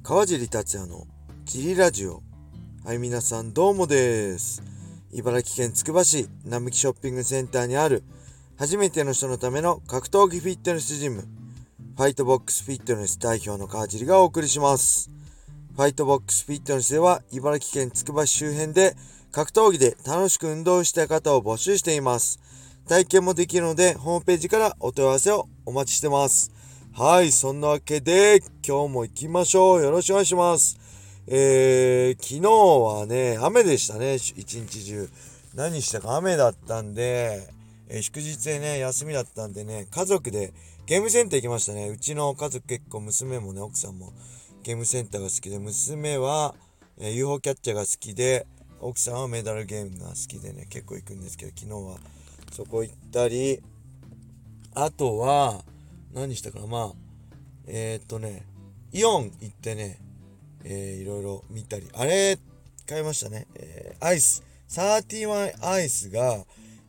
川尻達也のジリラジオ。はい、皆さんどうもです。茨城県つくば市並木ショッピングセンターにある初めての人のための格闘技フィットネスジム、ファイトボックスフィットネス代表の川尻がお送りします。ファイトボックスフィットネスでは茨城県つくば市周辺で格闘技で楽しく運動したい方を募集しています。体験もできるのでホームページからお問い合わせをお待ちしてます。はい、そんなわけで今日も行きましょう。よろしくお願いします。昨日はね、雨でしたね。一日中。何したか雨だったんで、祝日でね、休みだったんでね、家族でゲームセンター行きましたね。うちの家族結構娘もね、奥さんもゲームセンターが好きで、娘は、UFO キャッチャーが好きで、奥さんはメダルゲームが好きでね、結構行くんですけど、昨日はそこ行ったり、あとは、何したかな、イオン行ってね、いろいろ見たり、あれ、買いましたね。アイス、31アイスが、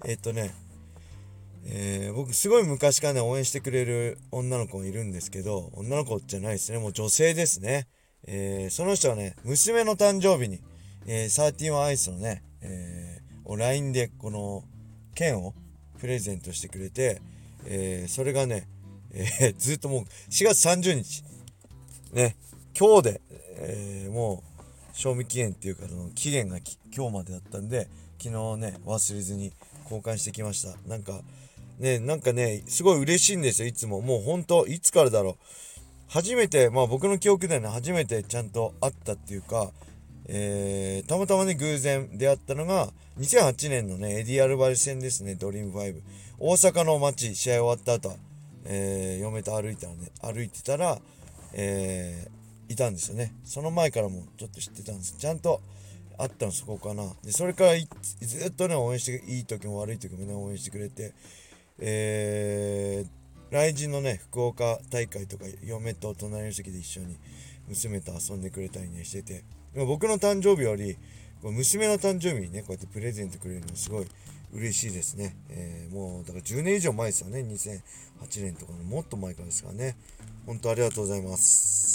僕すごい昔からね、応援してくれる女の子がいるんですけど、女の子じゃないですね、もう女性ですね。その人はね、娘の誕生日に、31アイスのね、LINE でこの券をプレゼントしてくれて、それがね、ずっともう4月30日ね、今日で、もう賞味期限っていうかその期限が今日までだったんで、昨日ね忘れずに交換してきました。なんかねすごい嬉しいんですよ。いつももうほんといつからだろう、初めて僕の記憶でね初めてちゃんと会ったっていうか、たまたまね偶然出会ったのが2008年のねエディアルバル戦ですね。ドリーム5大阪の街、試合終わった後、嫁と歩いてたら、いたんですよね。その前からもちょっと知ってたんです。ちゃんと会ったのそこかな。でそれからずっとね応援して、いい時も悪い時もね応援してくれて、来日のね福岡大会とか嫁と隣の席で一緒に娘と遊んでくれたりねしてて、でも僕の誕生日より娘の誕生日にねこうやってプレゼントくれるのすごい嬉しいですね。もうだから10年以上前ですよね。2008年とかのもっと前からですからね。本当ありがとうございます。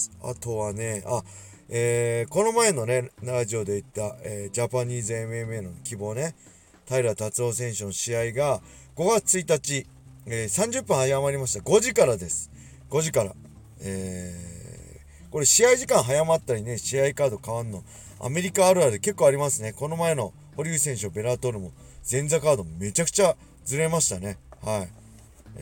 あとはね、この前のねラジオで言った、ジャパニーズ MMA の希望ね、平達夫選手の試合が5月1日、30分早まりました。5時からです。5時から、これ試合時間早まったりね、試合カード変わんのアメリカあるあるで結構ありますね。この前の堀口選手のベラトールも前座カードめちゃくちゃずれましたね。はい。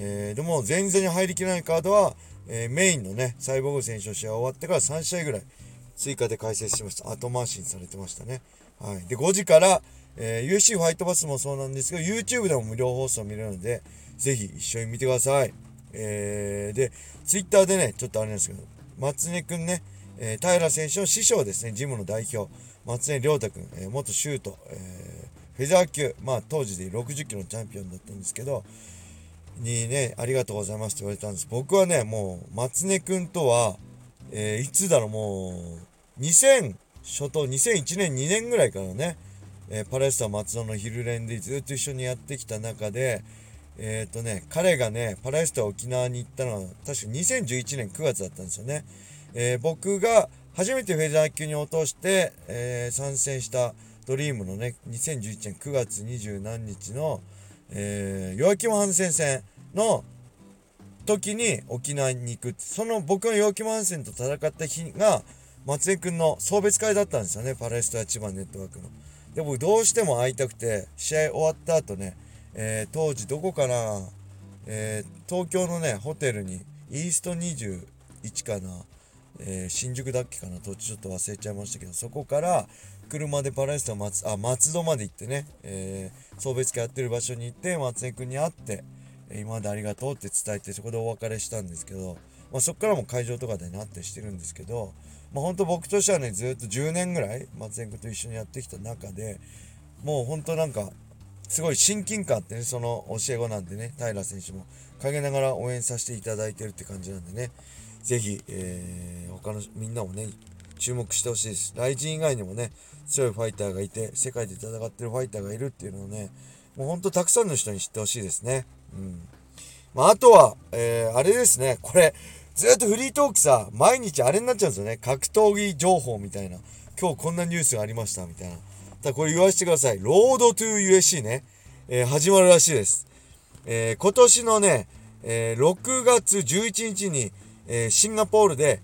でも前座に入りきらないカードは、メインのねサイボーグ選手の試合終わってから3試合ぐらい追加で解説しました。後回しにされてましたね。はい。で5時から、UFC ファイトパスもそうなんですけど YouTube でも無料放送見れるのでぜひ一緒に見てください。で Twitter でねちょっとあれなんですけど、松根くんね、平選手の師匠ですね、ジムの代表松根亮太くん、元シュート、フェザー級、当時で60キロのチャンピオンだったんですけどにね、ありがとうございますって言われたんです。僕はねもう松根くんとは、いつだろう、もう初頭2001年2年ぐらいからね、パレスタ松戸の昼練でずっと一緒にやってきた中で、彼がねパレスタ沖縄に行ったのは確か2011年9月だったんですよね。僕が初めてフェザー級に落として、参戦したドリームのね2011年9月20何日の、ヨアキム・ハンセン戦の時に沖縄に行く。その僕のヨアキム・ハンセンと戦った日が松江くんの送別会だったんですよね。パレスタ千葉ネットワークの。で僕どうしても会いたくて、試合終わった後ね、当時どこかな、東京のねホテルにイースト21かな、新宿だっけかな、土地ちょっと忘れちゃいましたけど、そこから車でパラエスタ松戸まで行ってね、送別会やってる場所に行って松江くんに会って、今までありがとうって伝えてそこでお別れしたんですけど、そこからも会場とかでなってしてるんですけど、本当僕としてはねずっと10年ぐらい松江くんと一緒にやってきた中で、もう本当なんかすごい親近感あってね、その教え子なんでね、平選手も陰ながら応援させていただいてるって感じなんでね、ぜひ、他のみんなもね注目してほしいです。ライジン以外にもね強いファイターがいて、世界で戦ってるファイターがいるっていうのをね、もうほんとたくさんの人に知ってほしいですね。あとは、あれですね、これずっとフリートークさ、毎日あれになっちゃうんですよね。格闘技情報みたいな。今日こんなニュースがありましたみたいな。ただこれ言わせてください。ロードトゥー USC ね。始まるらしいです。今年のね、6月11日に、シンガポールで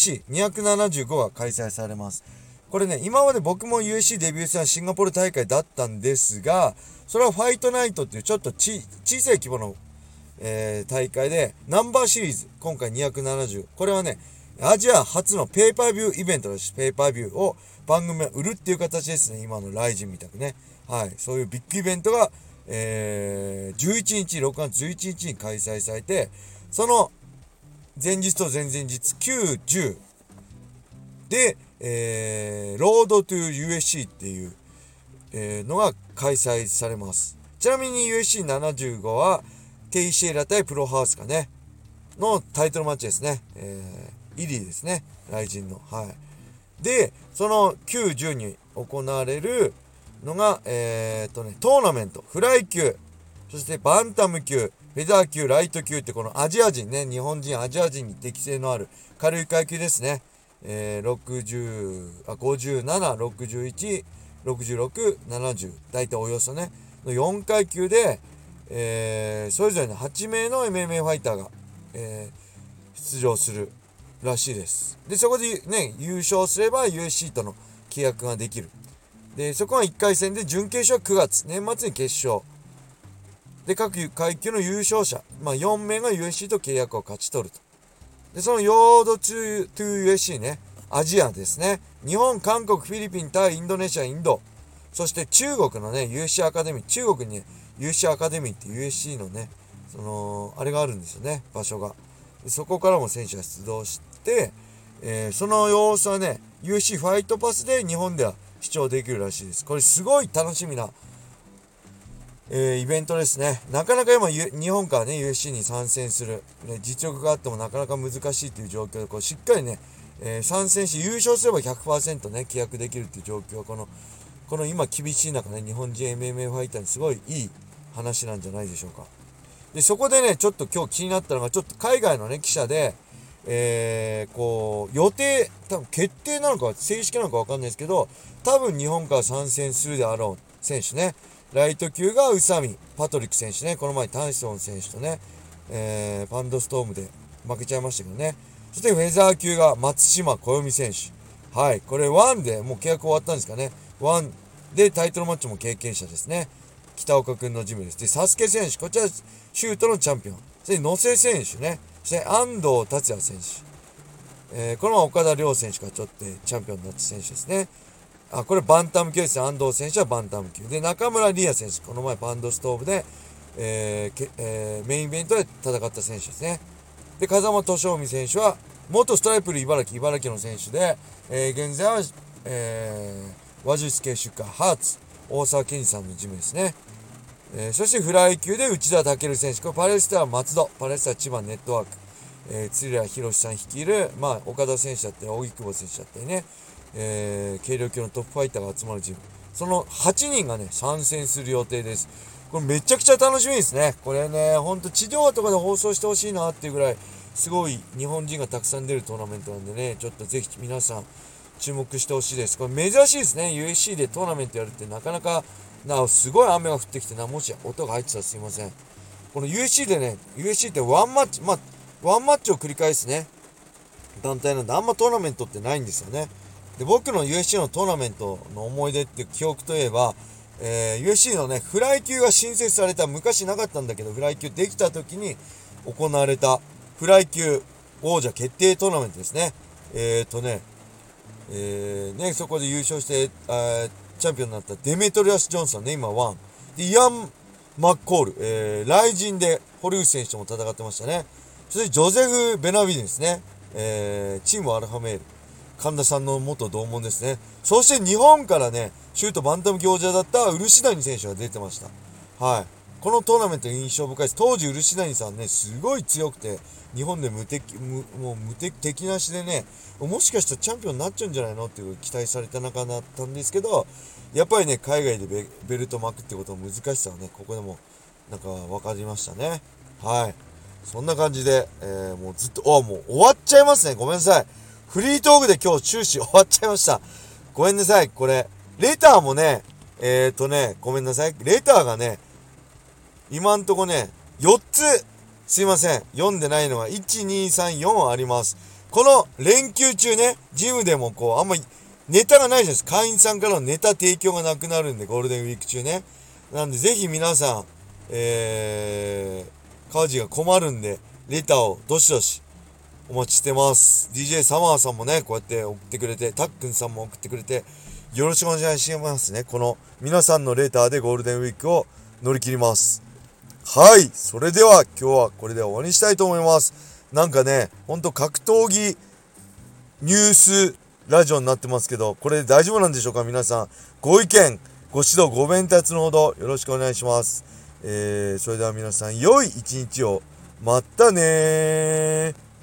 USC275 が開催されます。これね、今まで僕も USC デビュー戦はシンガポール大会だったんですが、それはファイトナイトっていうちょっと小さい規模の、大会で、ナンバーシリーズ、今回270。これはね、アジア初のペーパービューイベントです。ペーパービューを番組は売るっていう形ですね。今のライジンみたくね。はい。そういうビッグイベントが、11日、6月11日に開催されて、その前日と前々日、9、10で、ロードトゥ USC っていう、のが開催されます。ちなみに USC75 は、テイシエラ対プロハウスかね、のタイトルマッチですね。イリーですね。ライジンの。はい。で、その9、10に行われるのが、トーナメント、フライ級、そしてバンタム級、フェザー級、ライト級ってこのアジア人ね、日本人、アジア人に適性のある軽い階級ですね。57、61、66、70、大体およそね、の4階級で、それぞれの8名の MMA ファイターが、出場するらしいです。で、そこでね、優勝すれば USC との契約ができる。で、そこは1回戦で、準決勝は9月、年末に決勝。で、各階級の優勝者、4名が USC と契約を勝ち取ると。で、そのヨードトゥ USC ね、アジアですね。日本、韓国、フィリピン、タイ、インドネシア、インド。そして中国のね、USC アカデミー。中国にね、USC アカデミーって USC のね、あれがあるんですよね、場所が。でそこからも選手が出動して、その様子はね、USC ファイトパスで日本では視聴できるらしいです。これすごい楽しみな、イベントですね。なかなか今、日本からね、USC に参戦する、ね、実力があってもなかなか難しいという状況で、こうしっかりね、参戦し、優勝すれば 100% ね、契約できるっていう状況は、この今厳しい中ね、日本人 MMA ファイターにすごいいい話なんじゃないでしょうか。で、そこでね、ちょっと今日気になったのが、ちょっと海外のね、記者で、予定、多分決定なのか正式なのかわかんないですけど、多分日本から参戦するであろう選手ね。ライト級が宇佐美、パトリック選手ね。この前タイソン選手とね、パンドストームで負けちゃいましたけどね。そしてフェザー級が松島小読選手。はい。これ1でもう契約終わったんですかね。1でタイトルマッチも経験者ですね。北岡くんのジムです。で、サスケ選手。こちら、シュートのチャンピオン。そして野瀬選手ね。そして安藤達也選手。この岡田亮選手がちょっとチャンピオンになった選手ですね。これバンタム級ですね。安藤選手はバンタム級。で、中村理也選手。この前パンドストーブで、メインイベントで戦った選手ですね。で、風間敏臣選手は、元ストライプル茨城の選手で、現在は、話術系出荷、ハーツ、大沢健二さんのジムですね。そしてフライ級で内田健選手。これパレスター松戸、パレスター千葉ネットワーク、鶴谷博さん率いる、岡田選手だったり、荻久保選手だったりね、軽量級のトップファイターが集まるチーム。その8人がね、参戦する予定です。これめちゃくちゃ楽しみですね。これね、ほんと地上波とかで放送してほしいなっていうぐらい、すごい日本人がたくさん出るトーナメントなんでね、ちょっとぜひ皆さん注目してほしいです。これ珍しいですね。USC でトーナメントやるってなかなか、すごい雨が降ってきてもし音が入ってたらすいません。この USC でね、USC ってワンマッチを繰り返すね、団体なんであんまトーナメントってないんですよね。で、僕の USC のトーナメントの思い出っていう記憶といえば、USC のね、フライ級が新設された、昔なかったんだけど、フライ級できた時に行われたフライ級王者決定トーナメントですね。そこで優勝して、チャンピオンになったデメトリアス・ジョンソンね、今1。で、イアン・マッコール、ライジンで堀内選手とも戦ってましたね。そしてジョゼフ・ベナビデンですね。チームアルファメール。神田さんの元同門ですね。そして日本からね、シュートバンタム級王者だった漆谷選手が出てました。はい。このトーナメント印象深いです。当時漆谷さんね、すごい強くて、日本で無敵なしでね、もしかしたらチャンピオンになっちゃうんじゃないのっていう期待された中だったんですけど、やっぱりね、海外でベルト巻くってことの難しさはね、ここでもなんか分かりましたね。はい。 そんな感じで、もうずっと、もう終わっちゃいますね。ごめんなさい。フリートークで今日終始終わっちゃいました。ごめんなさい。これ、レターもね、ごめんなさい。レターがね、今んとこね、4つ、すいません。読んでないのが、1、2、3、4あります。この連休中ね、ジムでもあんまりネタがないじゃないですか。会員さんからのネタ提供がなくなるんで、ゴールデンウィーク中ね。なんで、ぜひ皆さん、家事が困るんで、レターをどしどしお待ちしてます。DJ サマーさんもね、こうやって送ってくれて、たっくんさんも送ってくれて、よろしくお願いしますね。この皆さんのレターでゴールデンウィークを乗り切ります。はい。それでは今日はこれで終わりにしたいと思います。なんかね、ほんと格闘技ニュースラジオになってますけど、これで大丈夫なんでしょうか皆さん。ご意見、ご指導、ご鞭達のほどよろしくお願いします。それでは皆さん良い一日を。またねー。